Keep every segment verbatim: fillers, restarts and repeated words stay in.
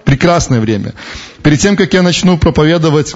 Прекрасное время. Перед тем, как я начну проповедовать,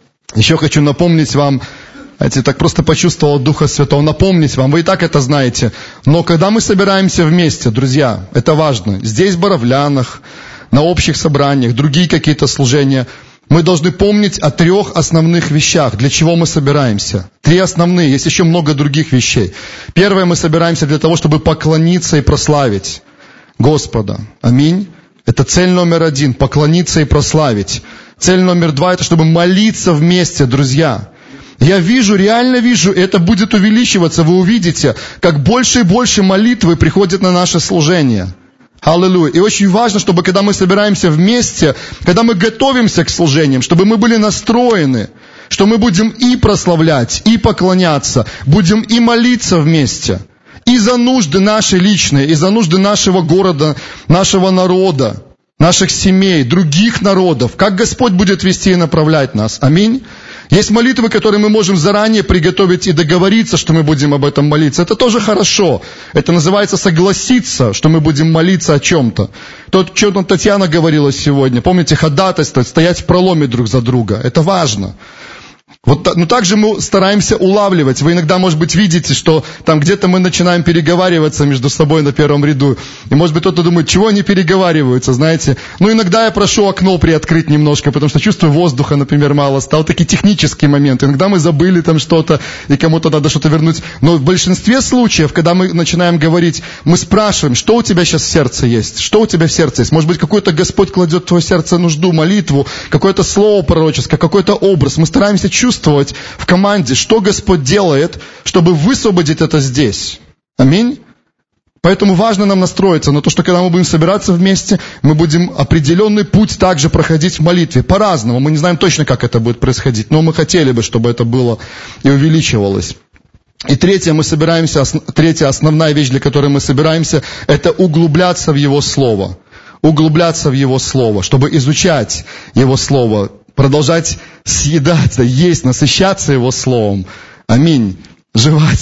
еще хочу напомнить вам, знаете, так просто почувствовал Духа Святого, напомнить вам, вы и так это знаете, но когда мы собираемся вместе, друзья, это важно, здесь в Боровлянах, на общих собраниях, другие какие-то служения, мы должны помнить о трех основных вещах, для чего мы собираемся. Три основные, есть еще много других вещей. Первое, мы собираемся для того, чтобы поклониться и прославить Господа. Аминь. Это цель номер один, поклониться и прославить. Цель номер два, это чтобы молиться вместе, друзья. Я вижу, реально вижу, и это будет увеличиваться, вы увидите, как больше и больше молитвы приходят на наше служение. Аллилуйя. И очень важно, чтобы когда мы собираемся вместе, когда мы готовимся к служениям, чтобы мы были настроены, что мы будем и прославлять, и поклоняться, будем и молиться вместе. И за нужды наши личные, и за нужды нашего города, нашего народа, наших семей, других народов. Как Господь будет вести и направлять нас. Аминь. Есть молитвы, которые мы можем заранее приготовить и договориться, что мы будем об этом молиться. Это тоже хорошо. Это называется согласиться, что мы будем молиться о чем-то. То, о чем Татьяна говорила сегодня. Помните, ходатайствовать, стоять в проломе друг за друга. Это важно. Вот, но также мы стараемся улавливать. Вы иногда, может быть, видите, что там где-то мы начинаем переговариваться между собой на первом ряду. И, может быть, кто-то думает, чего они переговариваются, знаете. Ну, иногда я прошу окно приоткрыть немножко, потому что чувствую, воздуха, например, мало стало. Такие технические моменты. Иногда мы забыли там что-то, и кому-то надо что-то вернуть. Но в большинстве случаев, когда мы начинаем говорить, мы спрашиваем, что у тебя сейчас в сердце есть? Что у тебя в сердце есть? Может быть, какой-то Господь кладет в твое сердце нужду, молитву, какое-то слово пророческое, какой-то образ. Мы стараемся чувствовать в команде, что Господь делает, чтобы высвободить это здесь. Аминь. Поэтому важно нам настроиться на то, что когда мы будем собираться вместе, мы будем определенный путь также проходить в молитве. По-разному. Мы не знаем точно, как это будет происходить, но мы хотели бы, чтобы это было и увеличивалось. И третье, мы собираемся, третья основная вещь, для которой мы собираемся, это углубляться в Его Слово. Углубляться в Его Слово, чтобы изучать Его Слово, продолжать съедать, есть, насыщаться Его Словом. Аминь. Жевать.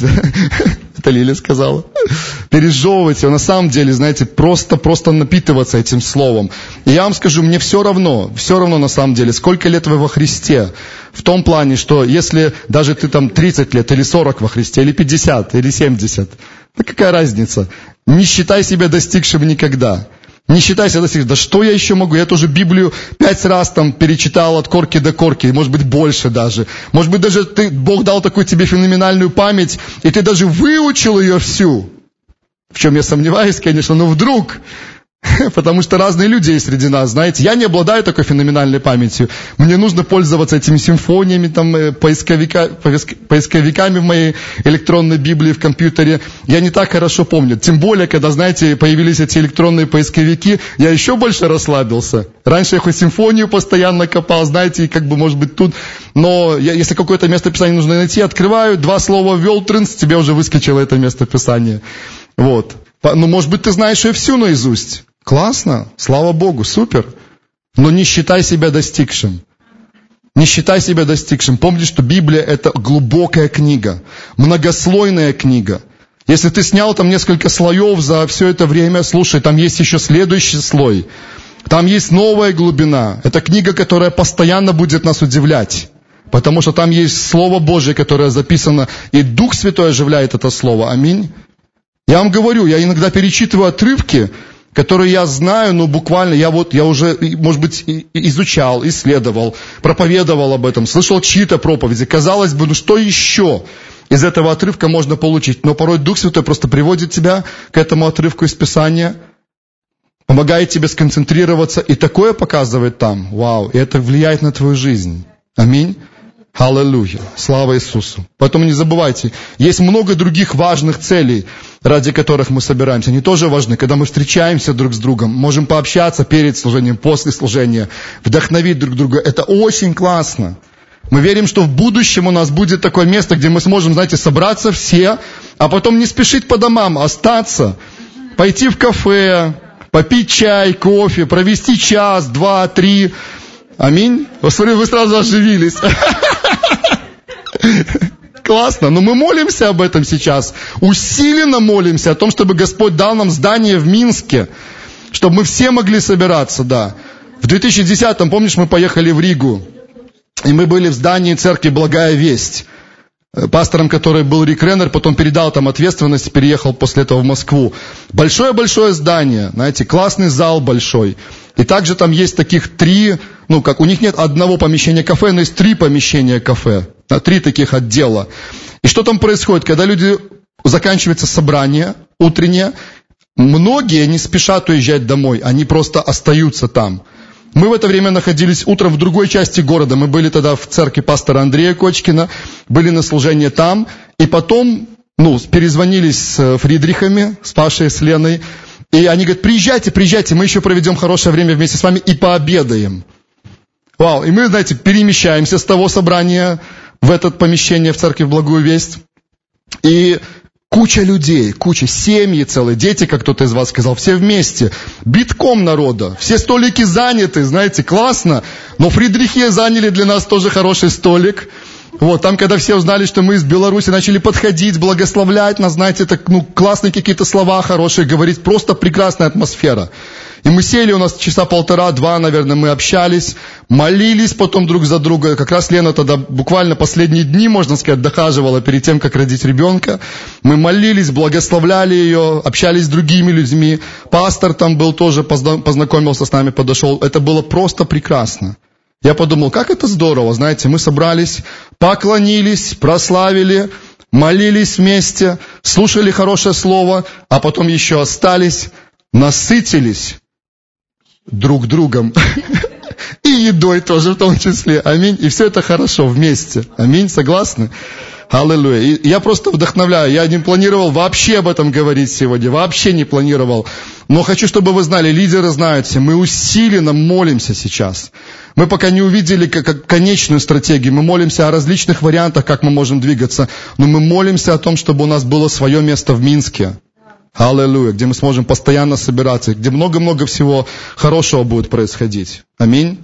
Это Лиля сказала. Пережевывать его. На самом деле, знаете, просто, просто напитываться этим Словом. И я вам скажу, мне все равно, все равно на самом деле, сколько лет вы во Христе. В том плане, что если даже ты там тридцать лет, или сорок во Христе, или пятьдесят, или семьдесят, ну какая разница? Не считай себя достигшим никогда. Не считай себя достигшим. Да что я еще могу? Я тоже Библию пять раз там перечитал от корки до корки, может быть больше даже. Может быть даже ты, Бог дал такую тебе феноменальную память, и ты даже выучил ее всю. В чем я сомневаюсь, конечно, но вдруг. Потому что разные люди есть среди нас, знаете. Я не обладаю такой феноменальной памятью. Мне нужно пользоваться этими симфониями, там, поисковика, поисковиками в моей электронной Библии, в компьютере. Я не так хорошо помню. Тем более, когда, знаете, появились эти электронные поисковики, я еще больше расслабился. Раньше я хоть симфонию постоянно копал, знаете, и как бы, может быть, тут. Но я, если какое-то местописание нужно найти, открываю, два слова ввел, трынц, тебе уже выскочило это местописание. Вот. Ну, может быть, ты знаешь ее всю наизусть. Классно, слава Богу, супер. Но не считай себя достигшим. Не считай себя достигшим. Помни, что Библия это глубокая книга, многослойная книга. Если ты снял там несколько слоев за все это время, слушай, там есть еще следующий слой. Там есть новая глубина. Это книга, которая постоянно будет нас удивлять. Потому что там есть Слово Божье, которое записано, и Дух Святой оживляет это Слово. Аминь. Я вам говорю, я иногда перечитываю отрывки, которые я знаю, но буквально я вот, я уже, может быть, изучал, исследовал, проповедовал об этом, слышал чьи-то проповеди. Казалось бы, ну что еще из этого отрывка можно получить? Но порой Дух Святой просто приводит тебя к этому отрывку из Писания, помогает тебе сконцентрироваться, и такое показывает там. Вау, и это влияет на твою жизнь. Аминь. Аллилуйя. Слава Иисусу. Поэтому не забывайте, есть много других важных целей, ради которых мы собираемся. Они тоже важны. Когда мы встречаемся друг с другом, можем пообщаться перед служением, после служения, вдохновить друг друга. Это очень классно. Мы верим, что в будущем у нас будет такое место, где мы сможем, знаете, собраться все, а потом не спешить по домам, остаться, пойти в кафе, попить чай, кофе, провести час, два, три. Аминь. Вот смотри, вы сразу оживились. Классно. Но мы молимся об этом сейчас. Усиленно молимся о том, чтобы Господь дал нам здание в Минске. Чтобы мы все могли собираться, да. В две тысячи десятом, помнишь, мы поехали в Ригу, и мы были в здании церкви «Благая весть». Пастором, который был Рик Реннер, потом передал там ответственность, переехал после этого в Москву. Большое-большое здание, знаете, классный зал большой. И также там есть таких три, ну, как у них нет одного помещения кафе, но есть три помещения кафе, три таких отдела. И что там происходит? Когда люди, заканчивается собрание утреннее, многие не спешат уезжать домой, они просто остаются там. Мы в это время находились утром в другой части города. Мы были тогда в церкви пастора Андрея Кочкина, были на служении там. И потом, ну, перезвонились с Фридрихами, с Пашей, с Леной. И они говорят, приезжайте, приезжайте, мы еще проведем хорошее время вместе с вами и пообедаем. Вау, и мы, знаете, перемещаемся с того собрания в это помещение в церкви в Благую Весть. И куча людей, куча, семьи целые, дети, как кто-то из вас сказал, все вместе, битком народа, все столики заняты, знаете, классно, но Фридрихи заняли для нас тоже хороший столик. Вот, там, когда все узнали, что мы из Беларуси, начали подходить, благословлять нас, знаете, так, ну, классные какие-то слова хорошие говорить, просто прекрасная атмосфера. И мы сели, у нас часа полтора-два, наверное, мы общались, молились потом друг за друга. Как раз Лена тогда буквально последние дни, можно сказать, дохаживала перед тем, как родить ребенка. Мы молились, благословляли ее, общались с другими людьми. Пастор там был тоже, познакомился с нами, подошел. Это было просто прекрасно. Я подумал, как это здорово, знаете, мы собрались, поклонились, прославили, молились вместе, слушали хорошее слово, а потом еще остались, насытились друг другом и едой тоже в том числе. Аминь. И все это хорошо вместе. Аминь. Согласны? Аллилуйя. И я просто вдохновляю. Я не планировал вообще об этом говорить сегодня. Вообще не планировал. Но хочу, чтобы вы знали, лидеры знают все, мы усиленно молимся сейчас. Мы пока не увидели как конечную стратегию. Мы молимся о различных вариантах, как мы можем двигаться. Но мы молимся о том, чтобы у нас было свое место в Минске. Аллилуйя, где мы сможем постоянно собираться, где много-много всего хорошего будет происходить. Аминь.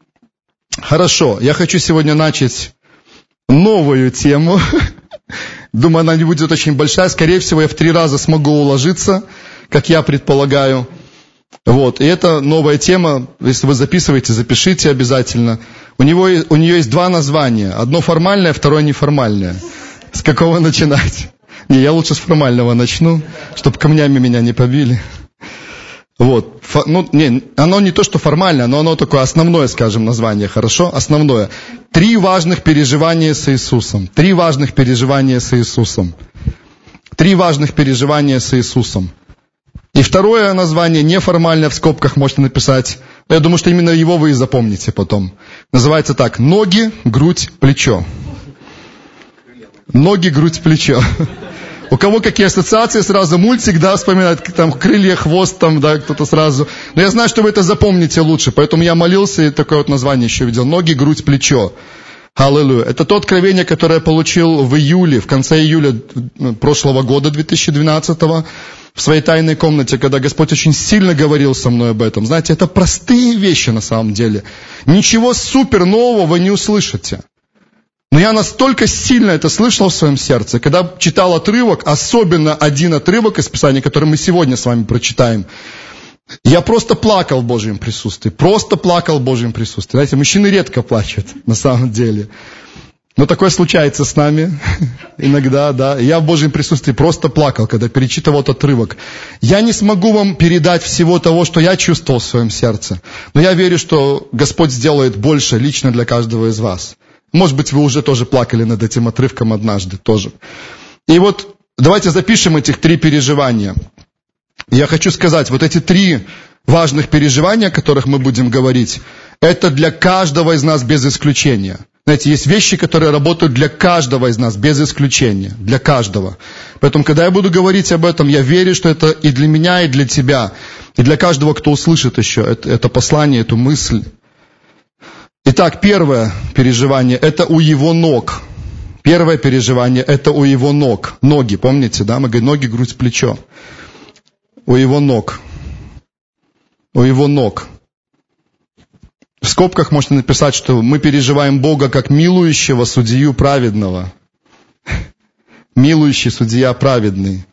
Хорошо, я хочу сегодня начать новую тему. Думаю, она не будет очень большая. Скорее всего, я в три раза смогу уложиться, как я предполагаю. Вот, и это новая тема. Если вы записываете, запишите обязательно. У него, у нее есть два названия. Одно формальное, второе неформальное. С какого начинать? Не, я лучше с формального начну, чтобы камнями меня не побили. Вот. Фо, ну, не, оно не то, что формальное, но оно такое основное, скажем, название, хорошо? Основное. Три важных переживания с Иисусом. Три важных переживания с Иисусом. Три важных переживания с Иисусом. И второе название, неформальное, в скобках можете написать. Я думаю, что именно его вы и запомните потом. Называется так. Ноги, грудь, плечо. Ноги, грудь, плечо. У кого какие ассоциации, сразу мультик, да, вспоминает, там, крылья, хвост, там, да, кто-то сразу. Но я знаю, что вы это запомните лучше, поэтому я молился и такое вот название еще видел. Ноги, грудь, плечо. Аллилуйя. Это то откровение, которое я получил в июле, в конце июля прошлого года, две тысячи двенадцатого, в своей тайной комнате, когда Господь очень сильно говорил со мной об этом. Знаете, это простые вещи на самом деле. Ничего супер нового вы не услышите. Но я настолько сильно это слышал в своем сердце, когда читал отрывок, особенно один отрывок из Писания, который мы сегодня с вами прочитаем, я просто плакал в Божьем присутствии, просто плакал в Божьем присутствии. Знаете, мужчины редко плачут, на самом деле. Но такое случается с нами иногда, да. Я в Божьем присутствии просто плакал, когда перечитывал этот отрывок. Я не смогу вам передать всего того, что я чувствовал в своем сердце, но я верю, что Господь сделает больше лично для каждого из вас. Может быть, вы уже тоже плакали над этим отрывком однажды тоже. И вот давайте запишем этих три переживания. Я хочу сказать, вот эти три важных переживания, о которых мы будем говорить, это для каждого из нас без исключения. Знаете, есть вещи, которые работают для каждого из нас без исключения. Для каждого. Поэтому, когда я буду говорить об этом, я верю, что это и для меня, и для тебя, и для каждого, кто услышит еще это, это послание, эту мысль. Итак, первое переживание – это у его ног. Первое переживание – это у его ног. Ноги, помните, да? Мы говорим, ноги, грудь, плечо. У его ног. У его ног. В скобках можно написать, что мы переживаем Бога как милующего судью праведного. Милующий судья праведный.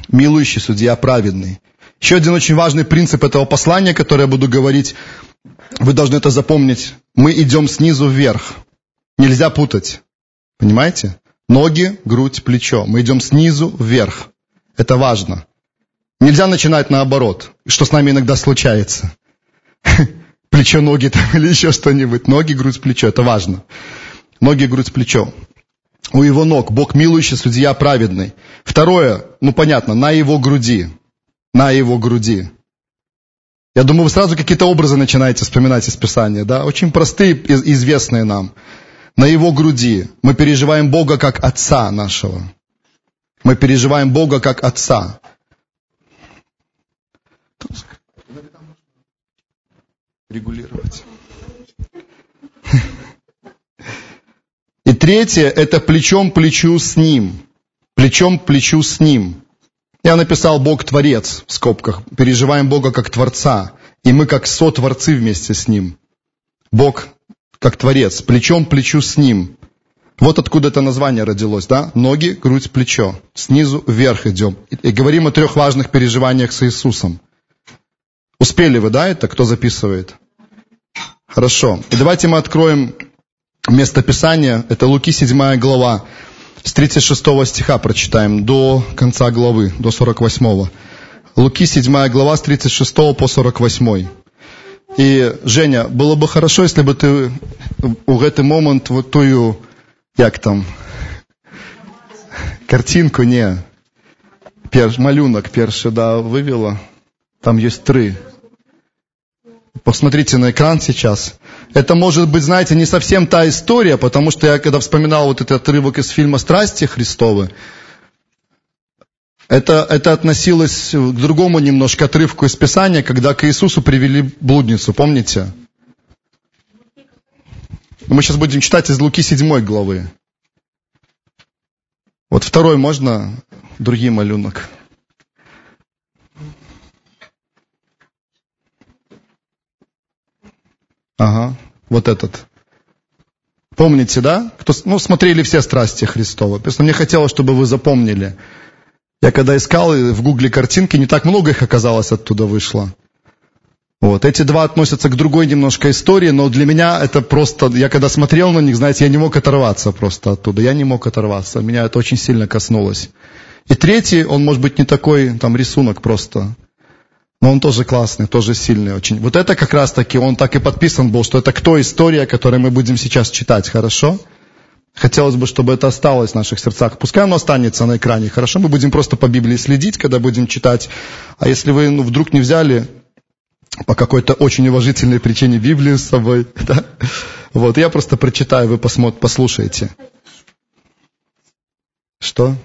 милующий судья праведный. Еще один очень важный принцип этого послания, которое я буду говорить, вы должны это запомнить. Мы идем снизу вверх. Нельзя путать. Понимаете? Ноги, грудь, плечо. Мы идем снизу вверх. Это важно. Нельзя начинать наоборот, что с нами иногда случается. Плечо, ноги там или еще что-нибудь. Ноги, грудь, плечо. Это важно. Ноги, грудь, плечо. У его ног Бог милующий, судья праведный. Второе, ну понятно, на его груди. На его груди. Я думаю, вы сразу какие-то образы начинаете вспоминать из Писания, да? Очень простые, известные нам. На его груди мы переживаем Бога как Отца нашего. Мы переживаем Бога как Отца. Регулировать. И третье, это плечом к плечу с Ним. Плечом к плечу с Ним. Я написал Бог-творец в скобках. Переживаем Бога как Творца. И мы как сотворцы вместе с Ним. Бог как Творец. Плечом к плечу с Ним. Вот откуда это название родилось, да? Ноги, грудь, плечо. Снизу вверх идем. И говорим о трех важных переживаниях с Иисусом. Успели вы, да, это? Кто записывает? Хорошо. И давайте мы откроем место Писания. Это Луки, седьмая глава. С тридцать шестого стиха прочитаем до конца главы, до сорок восьмого. Луки, седьмая глава, с тридцать шестого по сорок восьмой. И, Женя, было бы хорошо, если бы ты в этот момент вот тую, як там, картинку, не, перш, малюнок перший, да, вывела. Там есть три. Посмотрите на экран сейчас. Это может быть, знаете, не совсем та история, потому что я когда вспоминал вот этот отрывок из фильма «Страсти Христовы», это, это относилось к другому немножко отрывку из Писания, когда к Иисусу привели блудницу, помните? Мы сейчас будем читать из Луки седьмой главы. Вот второй можно, другой малюнок. Ага, вот этот. Помните, да? Кто, ну, смотрели все «Страсти Христовы». Просто мне хотелось, чтобы вы запомнили. Я когда искал в гугле картинки, не так много их оказалось оттуда вышло. Вот. Эти два относятся к другой немножко истории, но для меня это просто... Я когда смотрел на них, знаете, я не мог оторваться просто оттуда. Я не мог оторваться. Меня это очень сильно коснулось. И третий, он может быть не такой, там рисунок просто... Но он тоже классный, тоже сильный очень. Вот это как раз таки, он так и подписан был, что это к той истории, которую мы будем сейчас читать, хорошо? Хотелось бы, чтобы это осталось в наших сердцах. Пускай оно останется на экране, хорошо? Мы будем просто по Библии следить, когда будем читать. А если вы ну, вдруг не взяли по какой-то очень уважительной причине Библию с собой, да? Вот, я просто прочитаю, вы посмотрите, послушайте. Что?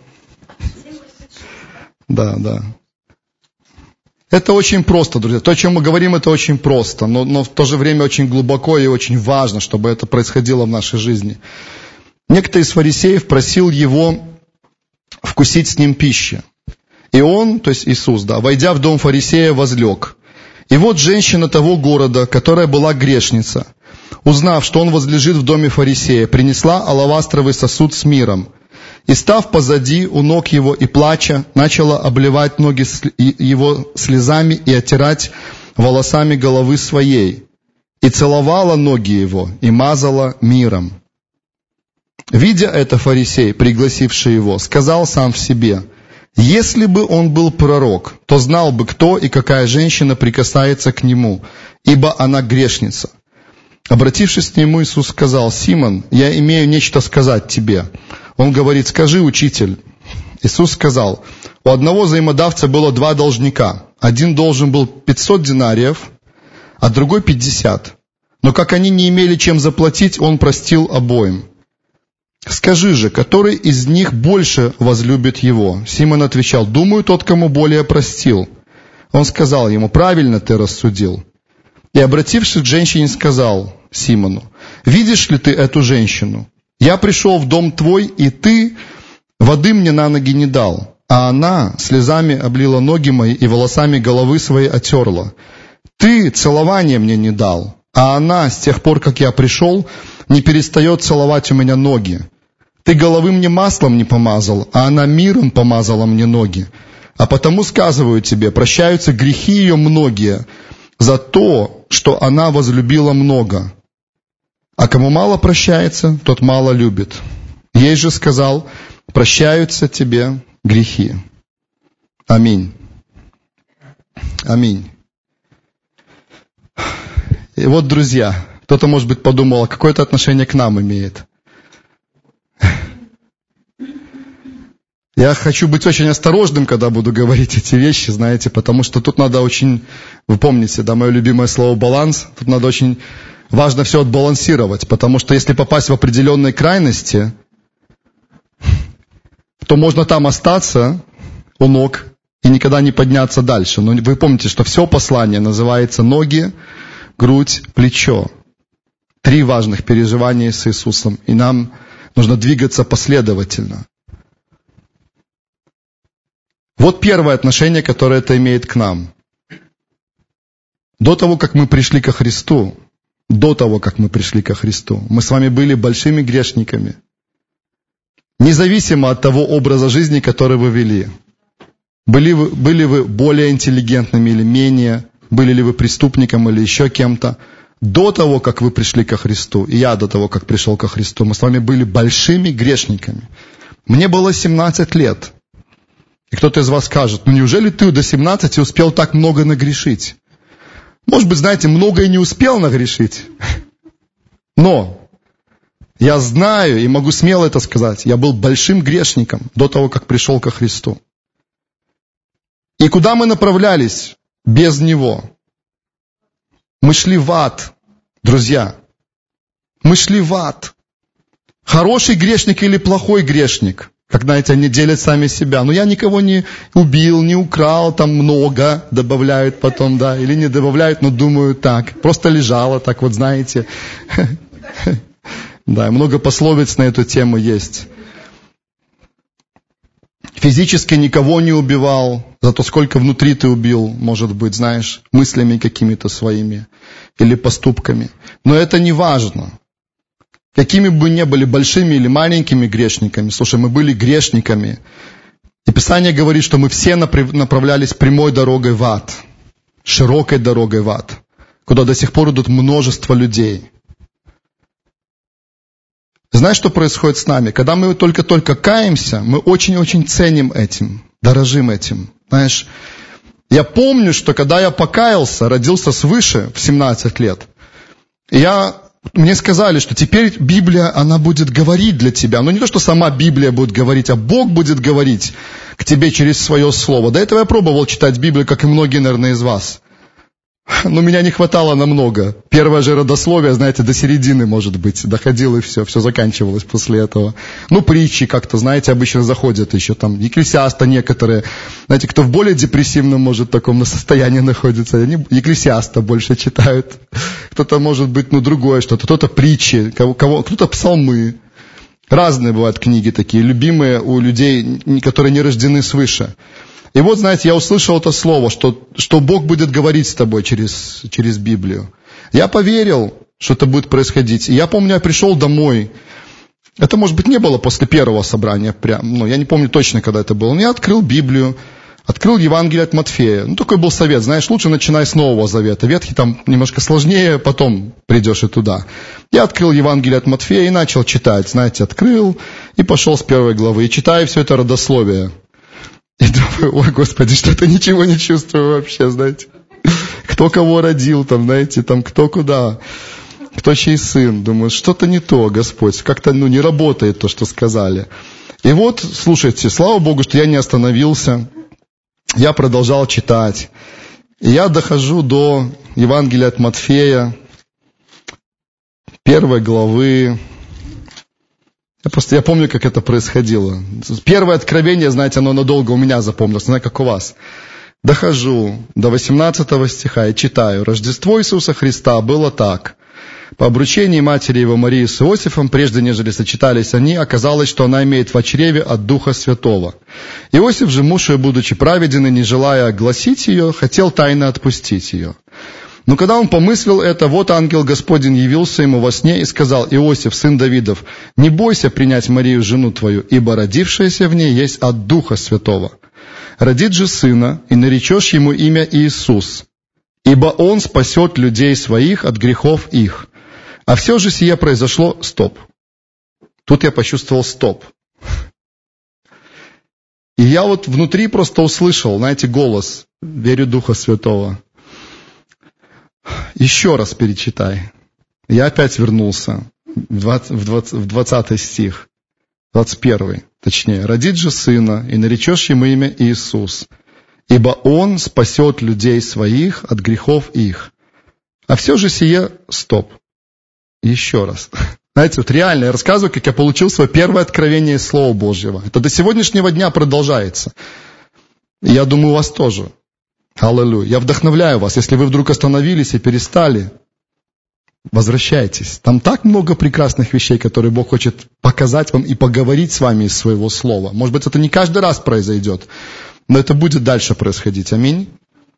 Да, да. Это очень просто, друзья. То, о чем мы говорим, это очень просто, но, но в то же время очень глубоко и очень важно, чтобы это происходило в нашей жизни. Некто из фарисеев просил его вкусить с ним пищи. И он, то есть Иисус, да, войдя в дом фарисея, возлег. И вот женщина того города, которая была грешница, узнав, что он возлежит в доме фарисея, принесла алавастровый сосуд с миром. И, став позади у ног его и плача, начала обливать ноги его слезами и оттирать волосами головы своей. И целовала ноги его, и мазала миром. Видя это, фарисей, пригласивший его, сказал сам в себе: если бы он был пророк, то знал бы, кто и какая женщина прикасается к нему, ибо она грешница. Обратившись к нему, Иисус сказал: Симон, я имею нечто сказать тебе. Он говорит: скажи, учитель. Иисус сказал: у одного взаимодавца было два должника. Один должен был пятьсот динариев, а другой пятьдесят. Но как они не имели чем заплатить, он простил обоим. Скажи же, который из них больше возлюбит его? Симон отвечал: думаю, тот, кому более простил. Он сказал ему: правильно ты рассудил. И, обратившись к женщине, сказал Симону: видишь ли ты эту женщину? Я пришел в дом твой, и ты воды мне на ноги не дал, а она слезами облила ноги мои и волосами головы своей отерла. Ты целования мне не дал, а она, с тех пор, как я пришел, не перестает целовать у меня ноги. Ты головы мне маслом не помазал, а она миром помазала мне ноги. А потому сказываю тебе, прощаются грехи ее многие за то, что она возлюбила много. А кому мало прощается, тот мало любит. Ей же сказал, прощаются тебе грехи. Аминь. Аминь. И вот, друзья, кто-то, может быть, подумал, а какое это отношение к нам имеет? Я хочу быть очень осторожным, когда буду говорить эти вещи, знаете, потому что тут надо очень, вы помните, да, мое любимое слово «баланс», тут надо очень важно все отбалансировать, потому что если попасть в определенные крайности, то можно там остаться у ног и никогда не подняться дальше. Но вы помните, что все послание называется ноги, грудь, плечо. Три важных переживания с Иисусом, и нам нужно двигаться последовательно. Вот первое отношение, которое это имеет к нам. До того, как мы пришли ко Христу, до того, как мы пришли ко Христу, мы с вами были большими грешниками. Независимо от того образа жизни, который вы вели. Были вы, были вы более интеллигентными или менее, были ли вы преступником или еще кем-то. До того, как вы пришли ко Христу, и я до того, как пришел ко Христу, мы с вами были большими грешниками. Мне было семнадцать лет. И кто-то из вас скажет, ну неужели ты до семнадцати успел так много нагрешить? Может быть, знаете, много и не успел нагрешить. Но я знаю и могу смело это сказать, я был большим грешником до того, как пришел ко Христу. И куда мы направлялись без Него? Мы шли в ад, друзья. Мы шли в ад. Хороший грешник или плохой грешник? Как, знаете, они делят сами себя. Но я никого не убил, не украл, там много добавляют потом, да. Или не добавляют, но думают так. Просто лежало так вот, знаете. Да, много пословиц на эту тему есть. Физически никого не убивал, зато сколько внутри ты убил, может быть, знаешь, мыслями какими-то своими или поступками. Но это не важно. Какими бы ни были большими или маленькими грешниками, слушай, мы были грешниками. И Писание говорит, что мы все направлялись прямой дорогой в ад, широкой дорогой в ад, куда до сих пор идут множество людей. Знаешь, что происходит с нами? Когда мы только-только каемся, мы очень-очень ценим этим, дорожим этим. Знаешь, я помню, что когда я покаялся, родился свыше в семнадцать лет, я... Мне сказали, что теперь Библия, она будет говорить для тебя. Но не то, что сама Библия будет говорить, а Бог будет говорить к тебе через свое слово. До этого я пробовал читать Библию, как и многие, наверное, из вас. Но меня не хватало намного. Первое же родословие, знаете, до середины, может быть, доходило и все, все заканчивалось после этого. Ну, притчи как-то, знаете, обычно заходят еще там, Екклесиаста некоторые. Знаете, кто в более депрессивном, может, таком состоянии находится, они Екклесиаста больше читают. Кто-то, может быть, ну, другое что-то, кто-то притчи, кого, кого, кто-то псалмы. Разные бывают книги такие, любимые у людей, которые не рождены свыше. И вот, знаете, я услышал это слово, что, что Бог будет говорить с тобой через, через Библию. Я поверил, что это будет происходить. И я помню, я пришел домой. Это, может быть, не было после первого собрания. Прям, ну, я не помню точно, когда это было. Но я открыл Библию, открыл Евангелие от Матфея. Ну, такой был совет, знаешь, лучше начинай с Нового Завета. Ветхий там немножко сложнее, потом придешь и туда. Я открыл Евангелие от Матфея и начал читать. Знаете, открыл и пошел с первой главы. И читаю все это родословие. И думаю, ой, Господи, что-то ничего не чувствую вообще, знаете. Кто кого родил, там, знаете, там, кто куда, кто чей сын. Думаю, что-то не то, Господь, как-то, ну, не работает то, что сказали. И вот, слушайте, слава Богу, что я не остановился. Я продолжал читать. И я дохожу до Евангелия от Матфея, первой главы. Я просто, я помню, как это происходило. Первое откровение, знаете, оно надолго у меня запомнилось, не знаю, как у вас. Дохожу до восемнадцатого стиха и читаю. Рождество Иисуса Христа было так. По обручении матери его Марии с Иосифом, прежде нежели сочетались они, оказалось, что она имеет в чреве от Духа Святого. Иосиф же, муж ее, будучи праведен и не желая огласить ее, хотел тайно отпустить ее. Но когда он помыслил это, вот ангел Господень явился ему во сне и сказал: Иосиф, сын Давидов, не бойся принять Марию, жену твою, ибо родившаяся в ней есть от Духа Святого. Родит же сына, и наречешь ему имя Иисус, ибо он спасет людей своих от грехов их. А все же сие произошло... Стоп. Тут я почувствовал стоп. И я вот внутри просто услышал, знаете, голос, верю Духа Святого. Еще раз перечитай. Я опять вернулся в двадцатый стих, двадцать первый, точнее. «Родит же сына, и наречешь ему имя Иисус, ибо он спасет людей своих от грехов их». А все же сие... Стоп. Еще раз. Знаете, вот реально я рассказываю, как я получил свое первое откровение из Слова Божьего. Это до сегодняшнего дня продолжается. И я думаю, у вас тоже. Аллилуйя. Я вдохновляю вас, если вы вдруг остановились и перестали, возвращайтесь. Там так много прекрасных вещей, которые Бог хочет показать вам и поговорить с вами из своего слова. Может быть, это не каждый раз произойдет, но это будет дальше происходить. Аминь.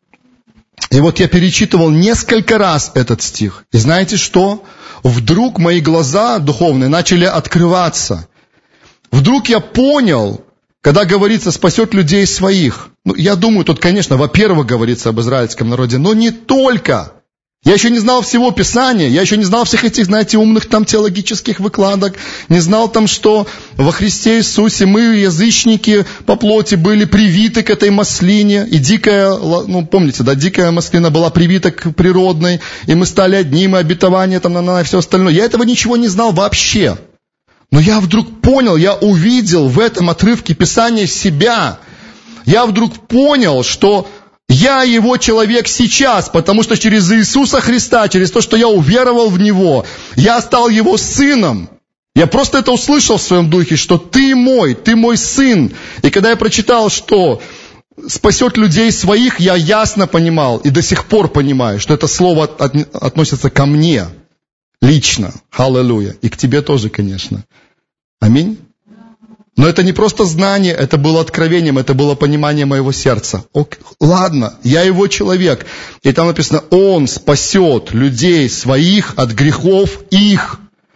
И вот я перечитывал несколько раз этот стих. И знаете что? Вдруг мои глаза духовные начали открываться. Вдруг я понял, когда говорится «спасет людей своих». Ну, я думаю, тут, конечно, во-первых, говорится об израильском народе, но не только. Я еще не знал всего Писания, я еще не знал всех этих, знаете, умных там теологических выкладок, не знал там, что во Христе Иисусе мы, язычники по плоти, были привиты к этой маслине, и дикая, ну, помните, да, дикая маслина была привита к природной, и мы стали одним, и обетование там, на, на, и все остальное. Я этого ничего не знал вообще. Но я вдруг понял, я увидел в этом отрывке Писания себя. Я вдруг понял, что я его человек сейчас, потому что через Иисуса Христа, через то, что я уверовал в Него, я стал Его сыном. Я просто это услышал в своем духе, что ты мой, ты мой сын. И когда я прочитал, что спасет людей своих, я ясно понимал и до сих пор понимаю, что это слово от, от, относится ко мне лично. Аллилуйя. И к тебе тоже, конечно. Аминь. Но это не просто знание, это было откровением, это было понимание моего сердца. Ок, ладно, я его человек. И там написано, он спасет людей своих от грехов их.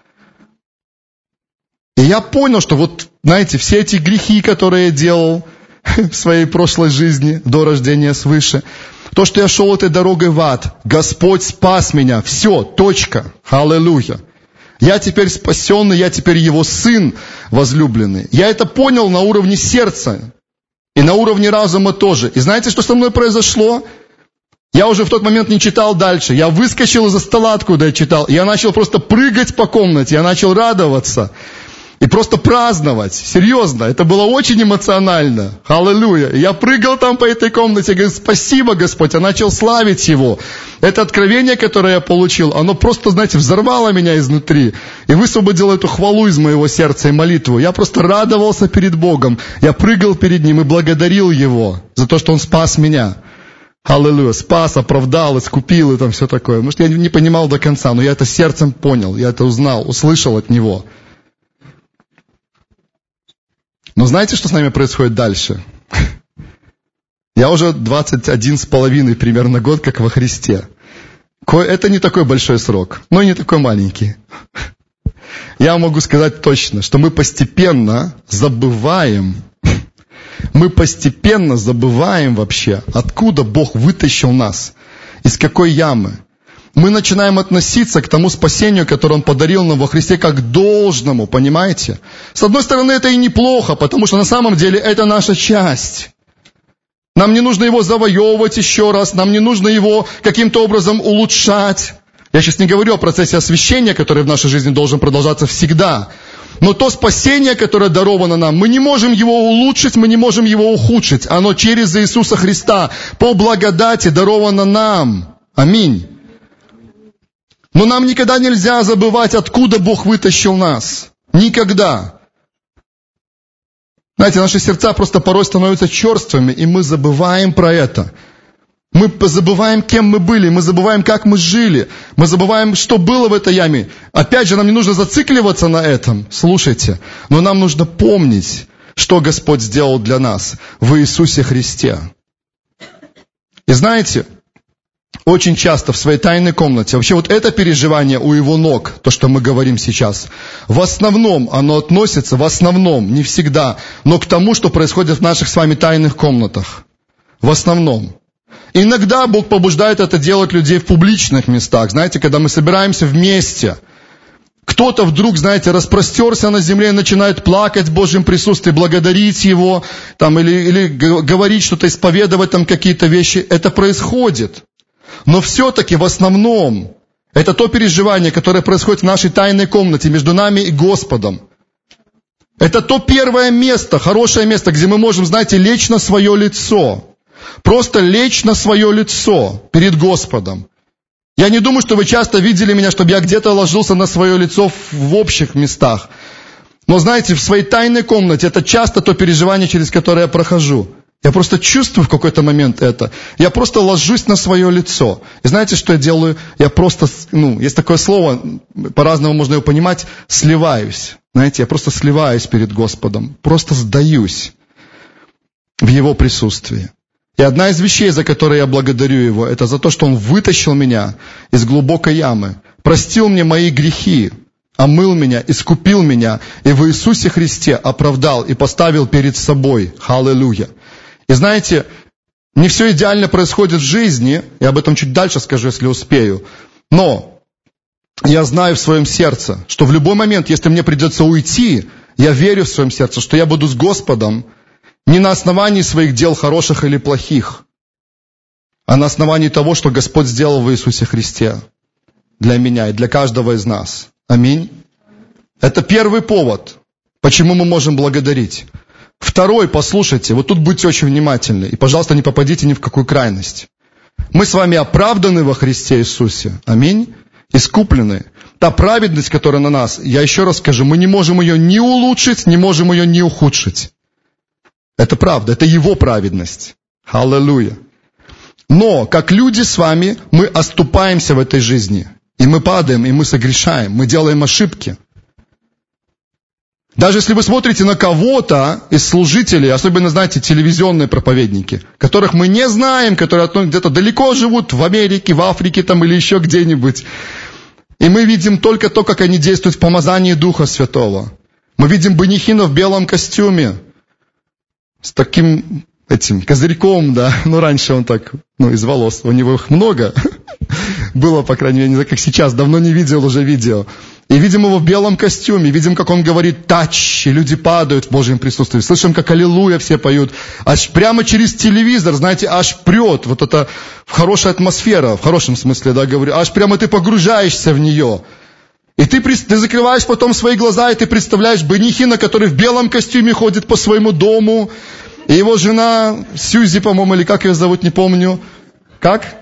И я понял, что вот, знаете, все эти грехи, которые я делал в своей прошлой жизни, до рождения свыше, то, что я шел этой дорогой в ад, Господь спас меня. Все, точка. Аллилуйя. Я теперь спасенный, я теперь его сын возлюбленный. Я это понял на уровне сердца и на уровне разума тоже. И знаете, что со мной произошло? Я уже в тот момент не читал дальше. Я выскочил из-за стола, откуда я читал. Я начал просто прыгать по комнате, я начал радоваться. И просто праздновать. Серьезно, это было очень эмоционально. Аллилуйя. Я прыгал там по этой комнате, говорю, спасибо, Господь. Я начал славить Его. Это откровение, которое я получил, оно просто, знаете, взорвало меня изнутри. И высвободило эту хвалу из моего сердца и молитву. Я просто радовался перед Богом. Я прыгал перед Ним и благодарил Его за то, что Он спас меня. Аллилуйя. Спас, оправдал, искупил и там все такое. Может, я не понимал до конца, но я это сердцем понял. Я это узнал, услышал от Него. Но знаете, что с нами происходит дальше? Я уже двадцать один с половиной примерно год, как во Христе. Это не такой большой срок, но и не такой маленький. Я могу сказать точно, что мы постепенно забываем, мы постепенно забываем вообще, откуда Бог вытащил нас, из какой ямы. Мы начинаем относиться к тому спасению, которое Он подарил нам во Христе, как к должному, понимаете? С одной стороны, это и неплохо, потому что на самом деле это наша часть. Нам не нужно его завоевывать еще раз, нам не нужно его каким-то образом улучшать. Я сейчас не говорю о процессе освящения, который в нашей жизни должен продолжаться всегда. Но то спасение, которое даровано нам, мы не можем его улучшить, мы не можем его ухудшить. Оно через Иисуса Христа по благодати даровано нам. Аминь. Но нам никогда нельзя забывать, откуда Бог вытащил нас. Никогда. Знаете, наши сердца просто порой становятся черствыми, и мы забываем про это. Мы забываем, кем мы были, мы забываем, как мы жили, мы забываем, что было в этой яме. Опять же, нам не нужно зацикливаться на этом, слушайте, но нам нужно помнить, что Господь сделал для нас в Иисусе Христе. И знаете, очень часто в своей тайной комнате. Вообще вот это переживание у его ног, то, что мы говорим сейчас, в основном оно относится, в основном, не всегда, но к тому, что происходит в наших с вами тайных комнатах. В основном. Иногда Бог побуждает это делать людей в публичных местах. Знаете, когда мы собираемся вместе, кто-то вдруг, знаете, распростерся на земле и начинает плакать в Божьем присутствии, благодарить Его, там, или, или говорить что-то, исповедовать там какие-то вещи. Это происходит. Но все-таки в основном это то переживание, которое происходит в нашей тайной комнате между нами и Господом. Это то первое место, хорошее место, где мы можем, знаете, лечь на свое лицо. Просто лечь на свое лицо перед Господом. Я не думаю, что вы часто видели меня, чтобы я где-то ложился на свое лицо в общих местах. Но знаете, в своей тайной комнате это часто то переживание, через которое я прохожу. Я просто чувствую в какой-то момент это. Я просто ложусь на свое лицо. И знаете, что я делаю? Я просто, ну, есть такое слово, по-разному можно его понимать, сливаюсь. Знаете, я просто сливаюсь перед Господом. Просто сдаюсь в Его присутствии. И одна из вещей, за которые я благодарю Его, это за то, что Он вытащил меня из глубокой ямы, простил мне мои грехи, омыл меня, искупил меня, и в Иисусе Христе оправдал и поставил перед собой. Аллилуйя. И знаете, не все идеально происходит в жизни, я об этом чуть дальше скажу, если успею, но я знаю в своем сердце, что в любой момент, если мне придется уйти, я верю в своем сердце, что я буду с Господом не на основании своих дел хороших или плохих, а на основании того, что Господь сделал в Иисусе Христе для меня и для каждого из нас. Аминь. Это первый повод, почему мы можем благодарить. Второй, послушайте, вот тут будьте очень внимательны, и, пожалуйста, не попадите ни в какую крайность. Мы с вами оправданы во Христе Иисусе. Аминь. Искуплены. Та праведность, которая на нас, я еще раз скажу, мы не можем ее ни улучшить, не можем ее ни ухудшить. Это правда, это Его праведность. Аллилуйя. Но, как люди с вами, мы оступаемся в этой жизни. И мы падаем, и мы согрешаем, мы делаем ошибки. Даже если вы смотрите на кого-то из служителей, особенно, знаете, телевизионные проповедники, которых мы не знаем, которые где-то далеко живут, в Америке, в Африке там, или еще где-нибудь, и мы видим только то, как они действуют в помазании Духа Святого. Мы видим Бенихина в белом костюме, с таким этим козырьком, да, ну раньше он так, ну из волос, у него их много было, по крайней мере, не знаю, как сейчас, давно не видел уже видео. И видим его в белом костюме, видим, как он говорит «тач», и люди падают в Божьем присутствии. Слышим, как «Аллилуйя» все поют. Аж прямо через телевизор, знаете, аж прет. Вот это хорошая атмосфера, в хорошем смысле, да, говорю. Аж прямо ты погружаешься в нее. И ты, ты закрываешь потом свои глаза, и ты представляешь Бенихина, который в белом костюме ходит по своему дому. И его жена Сьюзи, по-моему, или как ее зовут, не помню. Как?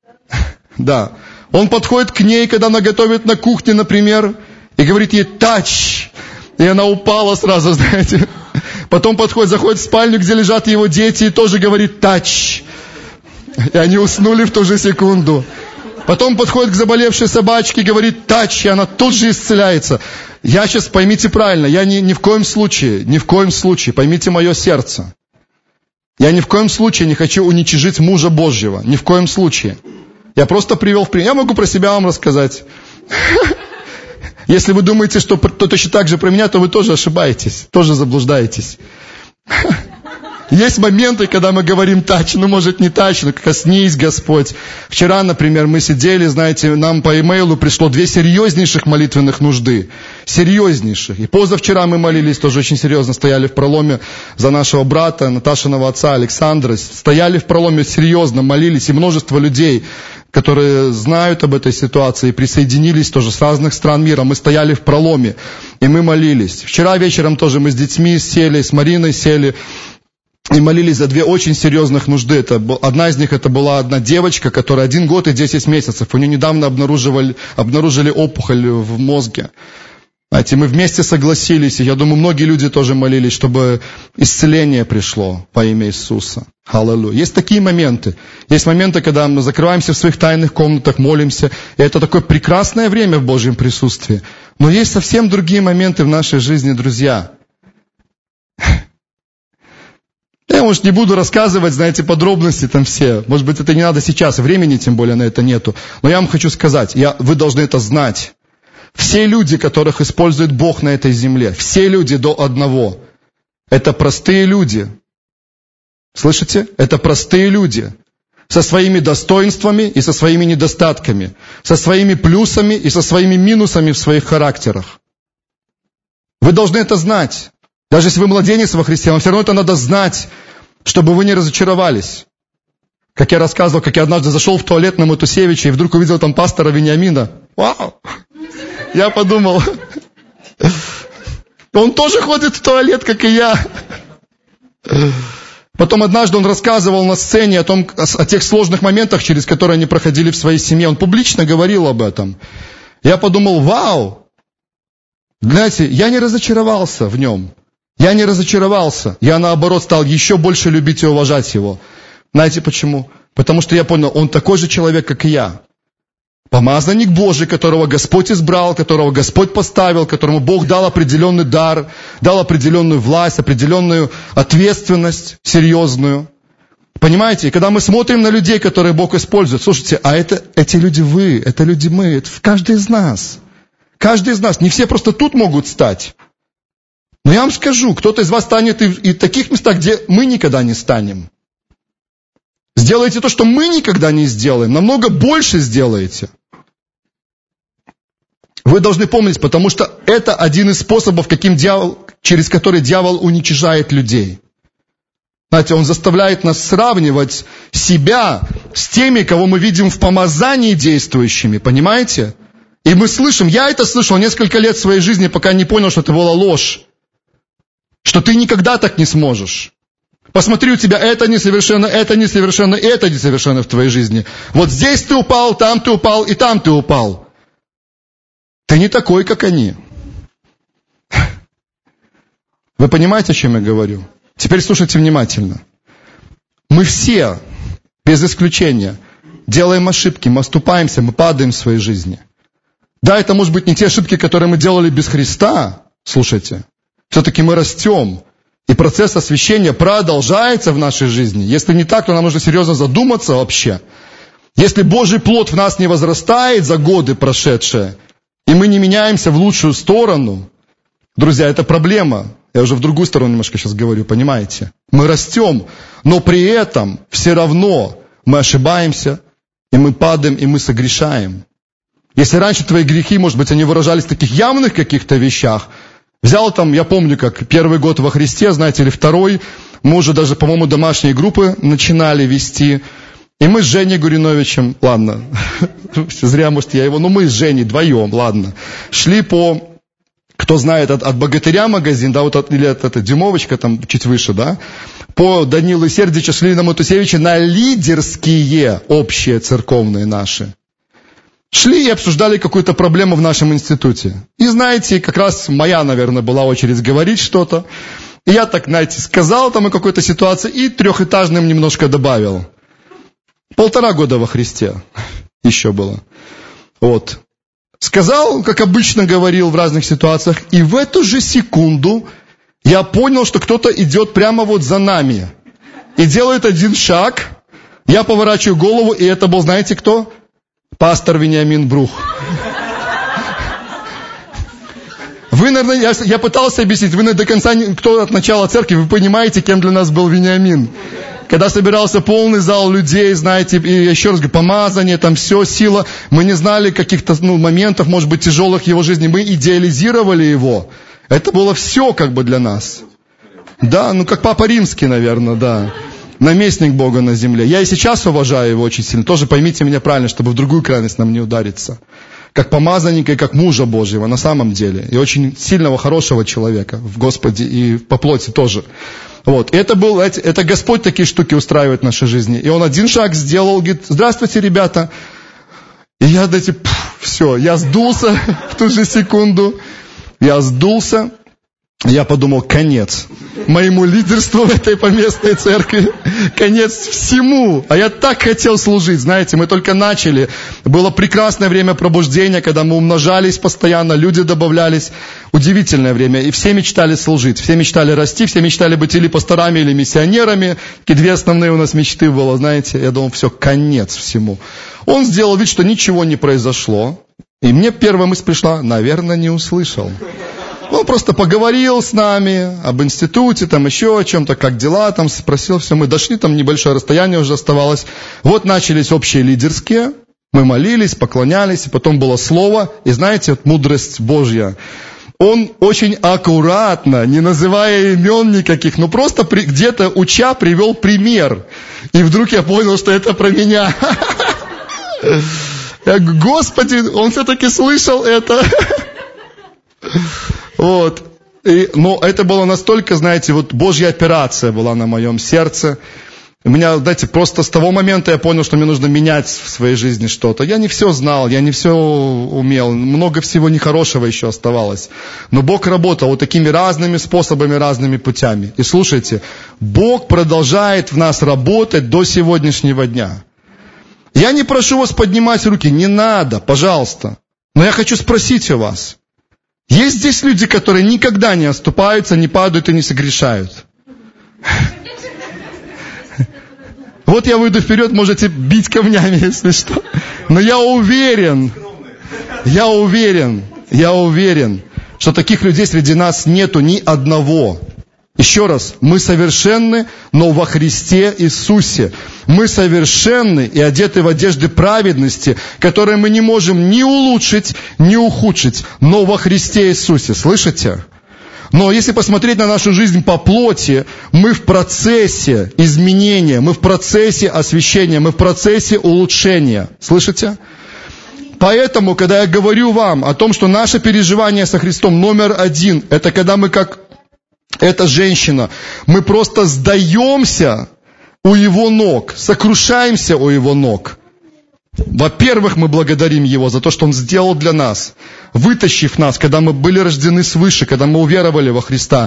Да. Он подходит к ней, когда она готовит на кухне, например, и говорит ей «тач». И она упала сразу, знаете. Потом подходит, заходит в спальню, где лежат его дети, и тоже говорит «тач». И они уснули в ту же секунду. Потом подходит к заболевшей собачке и говорит «тач», и она тут же исцеляется. Я сейчас, поймите правильно, я ни, ни в коем случае, ни в коем случае, поймите мое сердце. Я ни в коем случае не хочу уничижить мужа Божьего. Ни в коем случае. Я просто привел в пример. Я могу про себя вам рассказать. Если вы думаете, что точно так же про меня, то вы тоже ошибаетесь, тоже заблуждаетесь. Есть моменты, когда мы говорим тач, ну может не тач, но коснись, Господь. Вчера, например, мы сидели, знаете, нам по имейлу пришло две серьезнейших молитвенных нужды. Серьезнейших. И позавчера мы молились, тоже очень серьезно, стояли в проломе за нашего брата, Наташиного отца Александра. Стояли в проломе серьезно, молились, и множество людей, которые знают об этой ситуации, присоединились тоже с разных стран мира. Мы стояли в проломе, и мы молились. Вчера вечером тоже мы с детьми сели, с Мариной сели, и молились за две очень серьезных нужды. Это, одна из них это была одна девочка, которая один год и десять месяцев. У нее недавно обнаружили, обнаружили опухоль в мозге. Знаете, мы вместе согласились, и я думаю, многие люди тоже молились, чтобы исцеление пришло во имя Иисуса. Аллилуйя. Есть такие моменты. Есть моменты, когда мы закрываемся в своих тайных комнатах, молимся. И это такое прекрасное время в Божьем присутствии. Но есть совсем другие моменты в нашей жизни, друзья. Я, может, не буду рассказывать, знаете, подробности там все. Может быть, это не надо сейчас, времени тем более на это нету. Но я вам хочу сказать, я, вы должны это знать. Все люди, которых использует Бог на этой земле, все люди до одного, это простые люди. Слышите? Это простые люди. Со своими достоинствами и со своими недостатками. Со своими плюсами и со своими минусами в своих характерах. Вы должны это знать. Даже если вы младенец во Христе, вам все равно это надо знать, чтобы вы не разочаровались. Как я рассказывал, как я однажды зашел в туалет на Матусевича и вдруг увидел там пастора Вениамина. Вау! Я подумал, он тоже ходит в туалет, как и я. Потом однажды он рассказывал на сцене о том, о тех сложных моментах, через которые они проходили в своей семье. Он публично говорил об этом. Я подумал, вау! Знаете, я не разочаровался в нем. Я не разочаровался. Я, наоборот, стал еще больше любить и уважать его. Знаете почему? Потому что я понял, он такой же человек, как и я. Помазанник Божий, которого Господь избрал, которого Господь поставил, которому Бог дал определенный дар, дал определенную власть, определенную ответственность серьезную. Понимаете? И когда мы смотрим на людей, которые Бог использует, слушайте, а это, эти люди вы, это люди мы, это каждый из нас. Каждый из нас. Не все просто тут могут стать. Но я вам скажу, кто-то из вас станет и в, и в таких местах, где мы никогда не станем. Сделайте то, что мы никогда не сделаем, намного больше сделаете. Вы должны помнить, потому что это один из способов, каким дьявол, через который дьявол уничижает людей. Знаете, он заставляет нас сравнивать себя с теми, кого мы видим в помазании действующими, понимаете? И мы слышим, я это слышал несколько лет в своей жизни, пока не понял, что это была ложь. Что ты никогда так не сможешь. Посмотри, у тебя это несовершенно, это несовершенно, это несовершенно в твоей жизни. Вот здесь ты упал, там ты упал, и там ты упал. Ты не такой, как они. Вы понимаете, о чем я говорю? Теперь слушайте внимательно. Мы все, без исключения, делаем ошибки, мы оступаемся, мы падаем в своей жизни. Да, это может быть не те ошибки, которые мы делали без Христа, слушайте. Все-таки мы растем, и процесс освящения продолжается в нашей жизни. Если не так, то нам нужно серьезно задуматься вообще. Если Божий плод в нас не возрастает за годы прошедшие, и мы не меняемся в лучшую сторону, друзья, это проблема. Я уже в другую сторону немножко сейчас говорю, понимаете? Мы растем, но при этом все равно мы ошибаемся, и мы падаем, и мы согрешаем. Если раньше твои грехи, может быть, они выражались в таких явных каких-то вещах, взял там, я помню, как первый год во Христе, знаете, или второй, мы уже даже, по-моему, домашние группы начинали вести. И мы с Женей Гуриновичем, ладно, зря, может, я его, но мы с Женей вдвоем, ладно, шли по, кто знает, от, от Богатыря магазин, да, вот от, или от, это Дюмовочка, там чуть выше, да, по Данилу Сердича шли на Матусевича на лидерские общие церковные наши. Шли и обсуждали какую-то проблему в нашем институте. И знаете, как раз моя, наверное, была очередь говорить что-то. И я так, знаете, сказал там о какой-то ситуации и трехэтажным немножко добавил. Полтора года во Христе еще было. Вот. Сказал, как обычно говорил в разных ситуациях, и в эту же секунду я понял, что кто-то идет прямо вот за нами. И делает один шаг, я поворачиваю голову, и это был, знаете кто? Пастор Вениамин Брух. Вы, наверное, я, я пытался объяснить, вы до конца, кто от начала церкви, вы понимаете, кем для нас был Вениамин. Когда собирался полный зал людей, знаете, и еще раз говорю, помазание, там все, сила. Мы не знали каких-то ну, моментов, может быть, тяжелых в его жизни. Мы идеализировали его. Это было все как бы для нас. Да, ну как Папа Римский, наверное, да. Наместник Бога на земле. Я и сейчас уважаю его очень сильно. Тоже поймите меня правильно, чтобы в другую крайность нам не удариться. Как помазанника и как мужа Божьего на самом деле. И очень сильного, хорошего человека в Господе и по плоти тоже. Вот. И это был, это Господь такие штуки устраивает в нашей жизни. И он один шаг сделал, говорит, здравствуйте, ребята. И я, знаете, пфф, все, я сдулся в ту же секунду. Я сдулся. Я подумал, конец моему лидерству в этой поместной церкви, конец всему. А я так хотел служить, знаете, мы только начали. Было прекрасное время пробуждения, когда мы умножались постоянно, люди добавлялись. Удивительное время. И все мечтали служить, все мечтали расти, все мечтали быть или пасторами, или миссионерами. Такие две основные у нас мечты было, знаете. Я думал, все, конец всему. Он сделал вид, что ничего не произошло. И мне первая мысль пришла, наверное, не услышал. Он просто поговорил с нами об институте, там еще о чем-то, как дела, там спросил, все, мы дошли, там небольшое расстояние уже оставалось. Вот начались общие лидерские, мы молились, поклонялись, и потом было слово, и знаете, вот мудрость Божья. Он очень аккуратно, не называя имен никаких, но просто при, где-то уча привел пример. И вдруг я понял, что это про меня. Господи, он все-таки слышал это. Вот. И, но это было настолько, знаете, вот Божья операция была на моем сердце. У меня, знаете, просто с того момента я понял, что мне нужно менять в своей жизни что-то. Я не все знал, я не все умел, много всего нехорошего еще оставалось. Но Бог работал вот такими разными способами, разными путями. И слушайте, Бог продолжает в нас работать до сегодняшнего дня. Я не прошу вас поднимать руки, не надо, пожалуйста. Но я хочу спросить у вас. Есть здесь люди, которые никогда не оступаются, не падают и не согрешают? Вот я выйду вперед, можете бить камнями, если что. Но я уверен, я уверен, я уверен, что таких людей среди нас нету ни одного. Еще раз, мы совершенны, но во Христе Иисусе. Мы совершенны и одеты в одежды праведности, которые мы не можем ни улучшить, ни ухудшить, но во Христе Иисусе. Слышите? Но если посмотреть на нашу жизнь по плоти, мы в процессе изменения, мы в процессе освящения, мы в процессе улучшения. Слышите? Поэтому, когда я говорю вам о том, что наше переживание со Христом номер один, это когда мы как эта женщина, мы просто сдаемся у Его ног, сокрушаемся у Его ног. Во-первых, мы благодарим Его за то, что Он сделал для нас, вытащив нас, когда мы были рождены свыше, когда мы уверовали во Христа,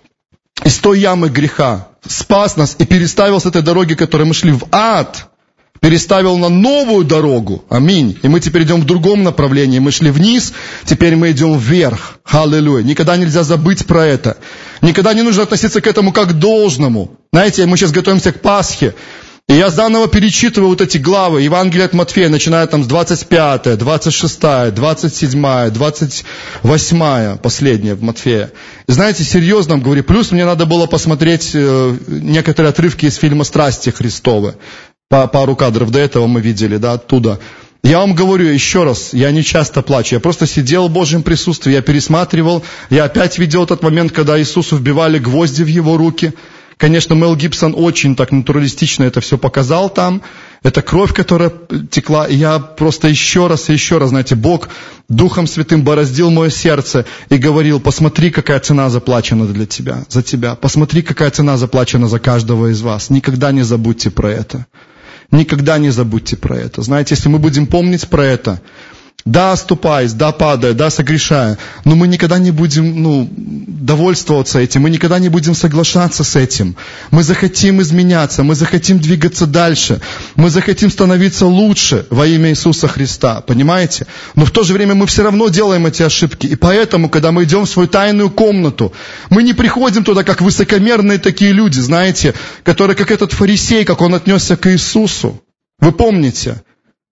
из той ямы греха, спас нас и переставил с этой дороги, которой мы шли в ад, переставил на новую дорогу. Аминь. И мы теперь идем в другом направлении. Мы шли вниз, теперь мы идем вверх. Аллилуйя. Никогда нельзя забыть про это. Никогда не нужно относиться к этому как к должному. Знаете, мы сейчас готовимся к Пасхе. И я заново перечитываю вот эти главы Евангелия от Матфея, начиная там с двадцать пятой, двадцать шестой, двадцать седьмой, двадцать восьмой, последняя в Матфея. И знаете, серьезно вам говорю, плюс мне надо было посмотреть э, некоторые отрывки из фильма «Страсти Христовы». По, пару кадров до этого мы видели, да, оттуда. Я вам говорю еще раз, я не часто плачу, я просто сидел в Божьем присутствии, я пересматривал, я опять видел тот момент, когда Иисусу вбивали гвозди в его руки. Конечно, Мел Гибсон очень так натуралистично это все показал там. Это кровь, которая текла. И я просто еще раз и еще раз, знаете, Бог Духом Святым бороздил мое сердце и говорил, посмотри, какая цена заплачена для тебя, за тебя. Посмотри, какая цена заплачена за каждого из вас. Никогда не забудьте про это. Никогда не забудьте про это. Знаете, если мы будем помнить про это, да, оступаясь, да, падая, да, согрешая, но мы никогда не будем, ну, довольствоваться этим, мы никогда не будем соглашаться с этим. Мы захотим изменяться, мы захотим двигаться дальше, мы захотим становиться лучше во имя Иисуса Христа, понимаете? Но в то же время мы все равно делаем эти ошибки, и поэтому, когда мы идем в свою тайную комнату, мы не приходим туда, как высокомерные такие люди, знаете, которые, как этот фарисей, как он отнесся к Иисусу. Вы помните?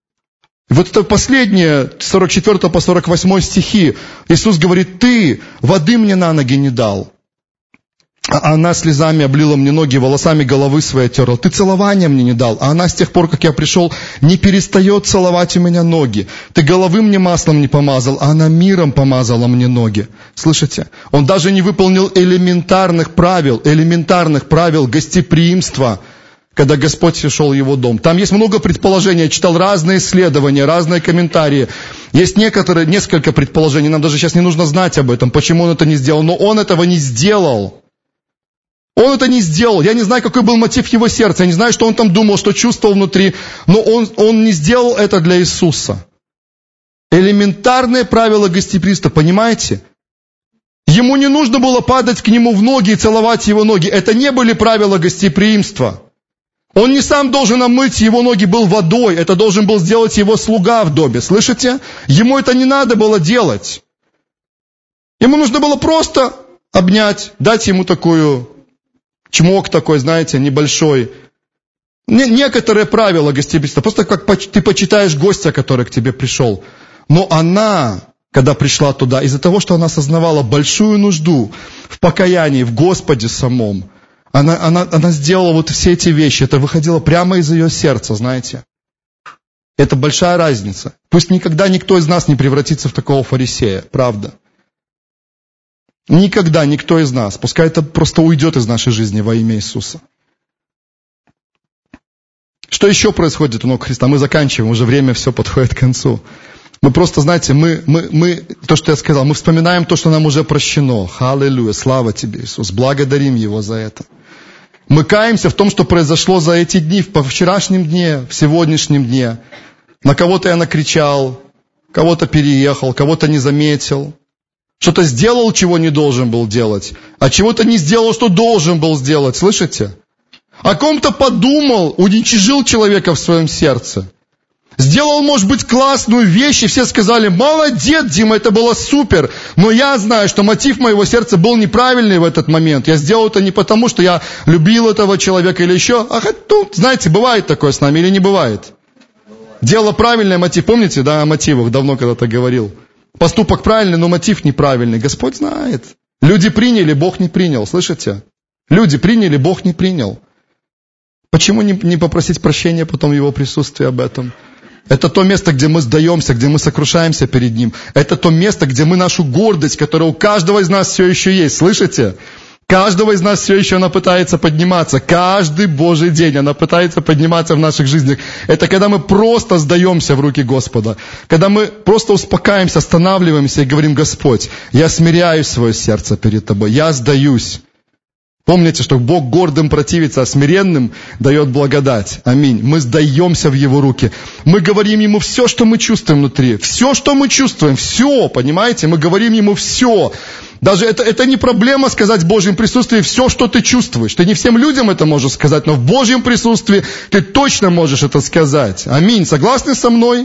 Вот это последнее, с сорок четвёртого по сорок восьмой стихи, Иисус говорит, ты воды мне на ноги не дал, а она слезами облила мне ноги, волосами головы своей терла. Ты целования мне не дал, а она с тех пор, как я пришел, не перестает целовать у меня ноги. Ты головы мне маслом не помазал, а она миром помазала мне ноги. Слышите? Он даже не выполнил элементарных правил, элементарных правил гостеприимства, когда Господь сошел в его дом. Там есть много предположений, я читал разные исследования, разные комментарии. Есть некоторые, несколько предположений, нам даже сейчас не нужно знать об этом, почему он это не сделал, но он этого не сделал. Он это не сделал. Я не знаю, какой был мотив его сердца, я не знаю, что он там думал, что чувствовал внутри, но он, он не сделал это для Иисуса. Элементарные правила гостеприимства, понимаете? Ему не нужно было падать к нему в ноги и целовать его ноги. Это не были правила гостеприимства. Он не сам должен омыть его ноги был водой. Это должен был сделать его слуга в доме. Слышите? Ему это не надо было делать. Ему нужно было просто обнять, дать ему такую чмок такой, знаете, небольшой. Некоторые правила гостеприимства. Просто как ты почитаешь гостя, который к тебе пришел. Но она, когда пришла туда, из-за того, что она осознавала большую нужду в покаянии, в Господе самом, она, она, она сделала вот все эти вещи. Это выходило прямо из ее сердца, знаете. Это большая разница. Пусть никогда никто из нас не превратится в такого фарисея, правда. Никогда никто из нас. Пускай это просто уйдет из нашей жизни во имя Иисуса. Что еще происходит у ног Христа? Мы заканчиваем, уже время все подходит к концу. Мы просто, знаете, мы, мы, мы, то, что я сказал, мы вспоминаем то, что нам уже прощено. Аллилуйя, слава тебе, Иисус. Благодарим Его за это. Мы каемся в том, что произошло за эти дни, в вчерашнем дне, в сегодняшнем дне. На кого-то я накричал, кого-то переехал, кого-то не заметил. Что-то сделал, чего не должен был делать, а чего-то не сделал, что должен был сделать. Слышите? О ком-то подумал, уничижил человека в своем сердце. Сделал, может быть, классную вещь, и все сказали: молодец, Дима, это было супер. Но я знаю, что мотив моего сердца был неправильный в этот момент. Я сделал это не потому, что я любил этого человека или еще. А ну, знаете, бывает такое с нами или не бывает? Дело правильное, мотив. Помните, да, о мотивах давно когда-то говорил. Поступок правильный, но мотив неправильный. Господь знает. Люди приняли, Бог не принял. Слышите? Люди приняли, Бог не принял. Почему не, не попросить прощения потом в Его присутствии об этом? Это то место, где мы сдаемся, где мы сокрушаемся перед Ним. Это то место, где мы нашу гордость, которая у каждого из нас все еще есть. Слышите? Каждого из нас все еще она пытается подниматься. Каждый Божий день она пытается подниматься в наших жизнях. Это когда мы просто сдаемся в руки Господа. Когда мы просто успокаиваемся, останавливаемся и говорим: Господь, я смиряю свое сердце перед Тобой. Я сдаюсь. Помните, что Бог гордым противится, а смиренным дает благодать. Аминь. Мы сдаемся в Его руки. Мы говорим Ему все, что мы чувствуем внутри. Все, что мы чувствуем. Все, понимаете? Мы говорим Ему все. Даже это, это не проблема сказать в Божьем присутствии все, что ты чувствуешь. Ты не всем людям это можешь сказать, но в Божьем присутствии ты точно можешь это сказать. Аминь. Согласны со мной?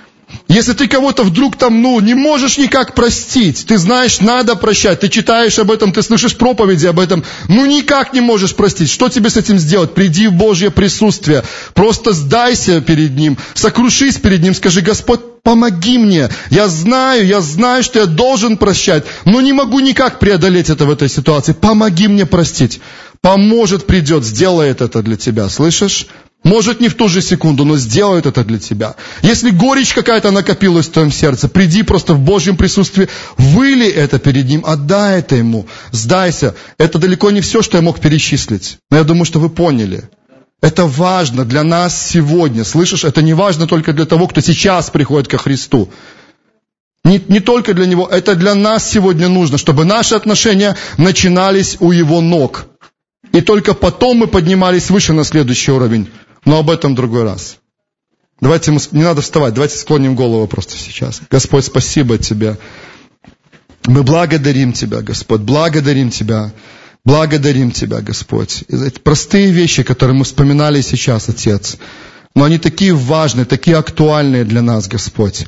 Если ты кого-то вдруг там, ну, не можешь никак простить, ты знаешь, надо прощать, ты читаешь об этом, ты слышишь проповеди об этом, ну, никак не можешь простить, что тебе с этим сделать? Приди в Божье присутствие, просто сдайся перед Ним, сокрушись перед Ним, скажи: Господь, помоги мне, я знаю, я знаю, что я должен прощать, но не могу никак преодолеть это в этой ситуации, помоги мне простить. Поможет, придет, сделает это для тебя, слышишь? Может, не в ту же секунду, но сделает это для тебя. Если горечь какая-то накопилась в твоем сердце, приди просто в Божьем присутствии, выли это перед Ним, отдай это Ему, сдайся. Это далеко не все, что я мог перечислить, но я думаю, что вы поняли. Это важно для нас сегодня, слышишь? Это не важно только для того, кто сейчас приходит ко Христу. Не, не только для Него, это для нас сегодня нужно, чтобы наши отношения начинались у Его ног. И только потом мы поднимались выше на следующий уровень. Но об этом в другой раз. Давайте, мы, не надо вставать, давайте склоним голову просто сейчас. Господь, спасибо Тебе. Мы благодарим Тебя, Господь, благодарим Тебя. Благодарим Тебя, Господь. Это простые вещи, которые мы вспоминали сейчас, Отец. Но они такие важные, такие актуальные для нас, Господь.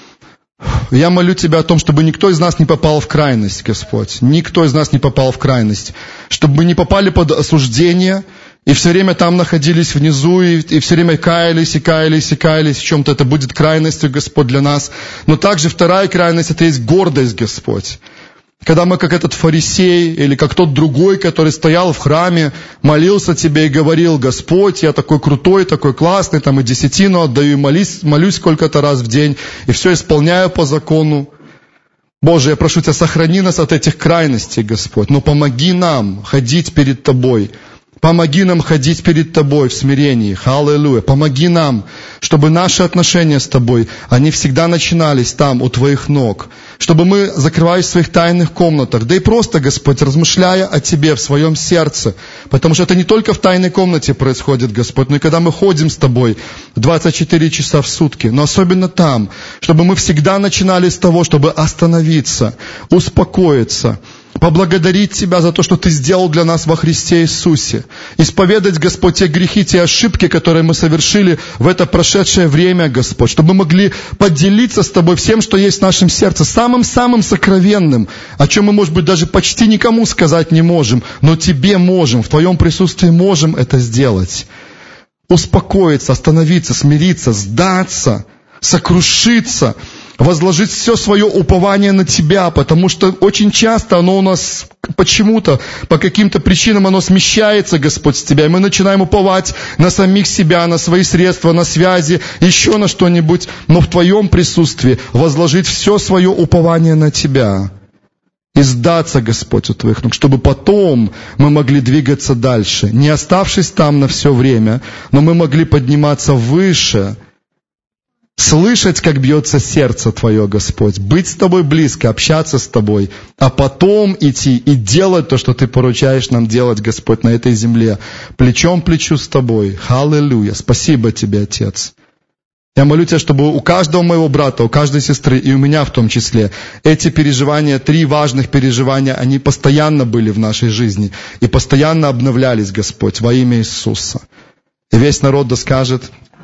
Я молю Тебя о том, чтобы никто из нас не попал в крайность, Господь. Никто из нас не попал в крайность. Чтобы мы не попали под осуждение, и все время там находились внизу, и, и все время каялись, и каялись, и каялись в чем-то. Это будет крайностью, Господь, для нас. Но также вторая крайность — это есть гордость, Господь. Когда мы, как этот фарисей, или как тот другой, который стоял в храме, молился Тебе и говорил: Господь, я такой крутой, такой классный, там и десятину отдаю, и молюсь, молюсь сколько-то раз в день, и все исполняю по закону. Боже, я прошу Тебя, сохрани нас от этих крайностей, Господь, но помоги нам ходить перед Тобой. Помоги нам ходить перед Тобой в смирении. Аллилуйя. Помоги нам, чтобы наши отношения с Тобой, они всегда начинались там, у Твоих ног. Чтобы мы, закрываясь в своих тайных комнатах, да и просто, Господь, размышляя о Тебе в своем сердце, потому что это не только в тайной комнате происходит, Господь, но и когда мы ходим с Тобой двадцать четыре часа в сутки, но особенно там, чтобы мы всегда начинали с того, чтобы остановиться, успокоиться, поблагодарить Тебя за то, что Ты сделал для нас во Христе Иисусе. Исповедать, Господь, те грехи, те ошибки, которые мы совершили в это прошедшее время, Господь, чтобы мы могли поделиться с Тобой всем, что есть в нашем сердце, самым-самым сокровенным, о чем мы, может быть, даже почти никому сказать не можем, но Тебе можем, в Твоем присутствии можем это сделать. Успокоиться, остановиться, смириться, сдаться, сокрушиться, возложить все свое упование на Тебя, потому что очень часто оно у нас почему-то, по каким-то причинам оно смещается, Господь, с Тебя, и мы начинаем уповать на самих себя, на свои средства, на связи, еще на что-нибудь, но в Твоем присутствии возложить все свое упование на Тебя и сдаться, Господь, у Твоих ног, чтобы потом мы могли двигаться дальше, не оставшись там на все время, но мы могли подниматься выше, слышать, как бьется сердце Твое, Господь, быть с Тобой близко, общаться с Тобой, а потом идти и делать то, что Ты поручаешь нам делать, Господь, на этой земле, плечом к плечу с Тобой. Аллилуйя! Спасибо Тебе, Отец. Я молю Тебя, чтобы у каждого моего брата, у каждой сестры, и у меня в том числе, эти переживания, три важных переживания, они постоянно были в нашей жизни и постоянно обновлялись, Господь, во имя Иисуса. И весь народ да скажет: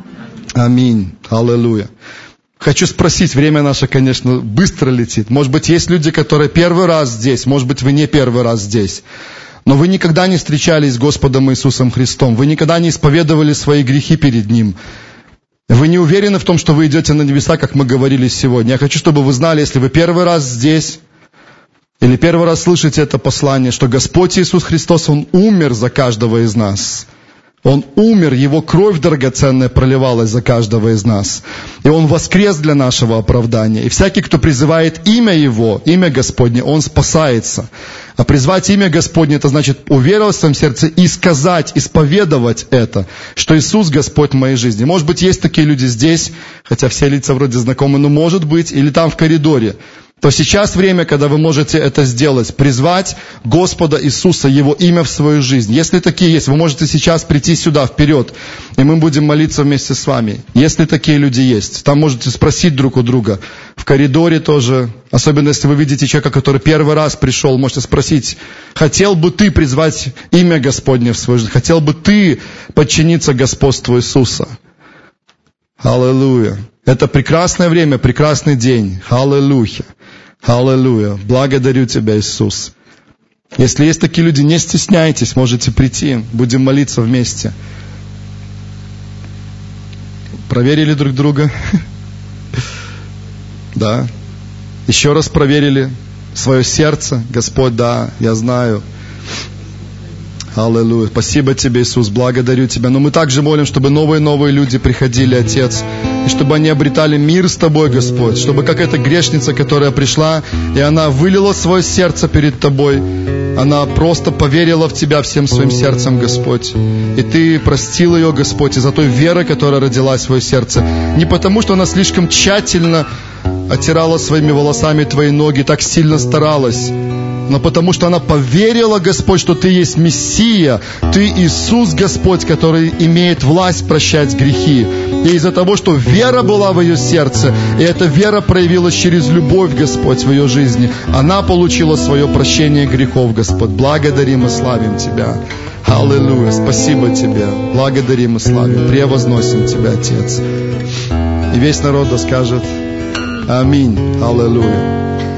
аминь. Аллилуйя. Хочу спросить, время наше, конечно, быстро летит. Может быть, есть люди, которые первый раз здесь, может быть, вы не первый раз здесь. Но вы никогда не встречались с Господом Иисусом Христом. Вы никогда не исповедовали свои грехи перед Ним. Вы не уверены в том, что вы идете на небеса, как мы говорили сегодня. Я хочу, чтобы вы знали, если вы первый раз здесь, или первый раз слышите это послание, что Господь Иисус Христос, Он умер за каждого из нас. Он умер, Его кровь драгоценная проливалась за каждого из нас. И Он воскрес для нашего оправдания. И всякий, кто призывает имя Его, имя Господне, он спасается. А призвать имя Господне, это значит уверовать в своем сердце и сказать, исповедовать это, что Иисус Господь в моей жизни. Может быть, есть такие люди здесь, хотя все лица вроде знакомы, но может быть, или там в коридоре. То сейчас время, когда вы можете это сделать, призвать Господа Иисуса, Его имя в свою жизнь. Если такие есть, вы можете сейчас прийти сюда, вперед, и мы будем молиться вместе с вами. Если такие люди есть, там можете спросить друг у друга. В коридоре тоже, особенно если вы видите человека, который первый раз пришел, можете спросить: хотел бы ты призвать имя Господне в свою жизнь? Хотел бы ты подчиниться господству Иисуса? Аллилуйя. Это прекрасное время, прекрасный день. Аллилуйя. Аллилуйя. Благодарю Тебя, Иисус. Если есть такие люди, не стесняйтесь, можете прийти. Будем молиться вместе. Проверили друг друга? Да. Еще раз проверили свое сердце. Господь, да, я знаю. Аллилуйя. Спасибо Тебе, Иисус, благодарю Тебя. Но мы также молим, чтобы новые-новые люди приходили, Отец, и чтобы они обретали мир с Тобой, Господь, чтобы как эта грешница, которая пришла, и она вылила свое сердце перед Тобой, она просто поверила в Тебя всем своим сердцем, Господь, и Ты простил ее, Господь, из-за той веры, которая родилась в свое сердце, не потому, что она слишком тщательно оттирала своими волосами Твои ноги, так сильно старалась, но потому что она поверила, Господь, что Ты есть Мессия, Ты Иисус, Господь, который имеет власть прощать грехи. И из-за того, что вера была в ее сердце, и эта вера проявилась через любовь, Господь, в ее жизни, она получила свое прощение грехов, Господь. Благодарим и славим Тебя. Аллилуйя. Спасибо Тебе. Благодарим и славим. Превозносим Тебя, Отец. И весь народ да скажет: аминь. Аллилуйя.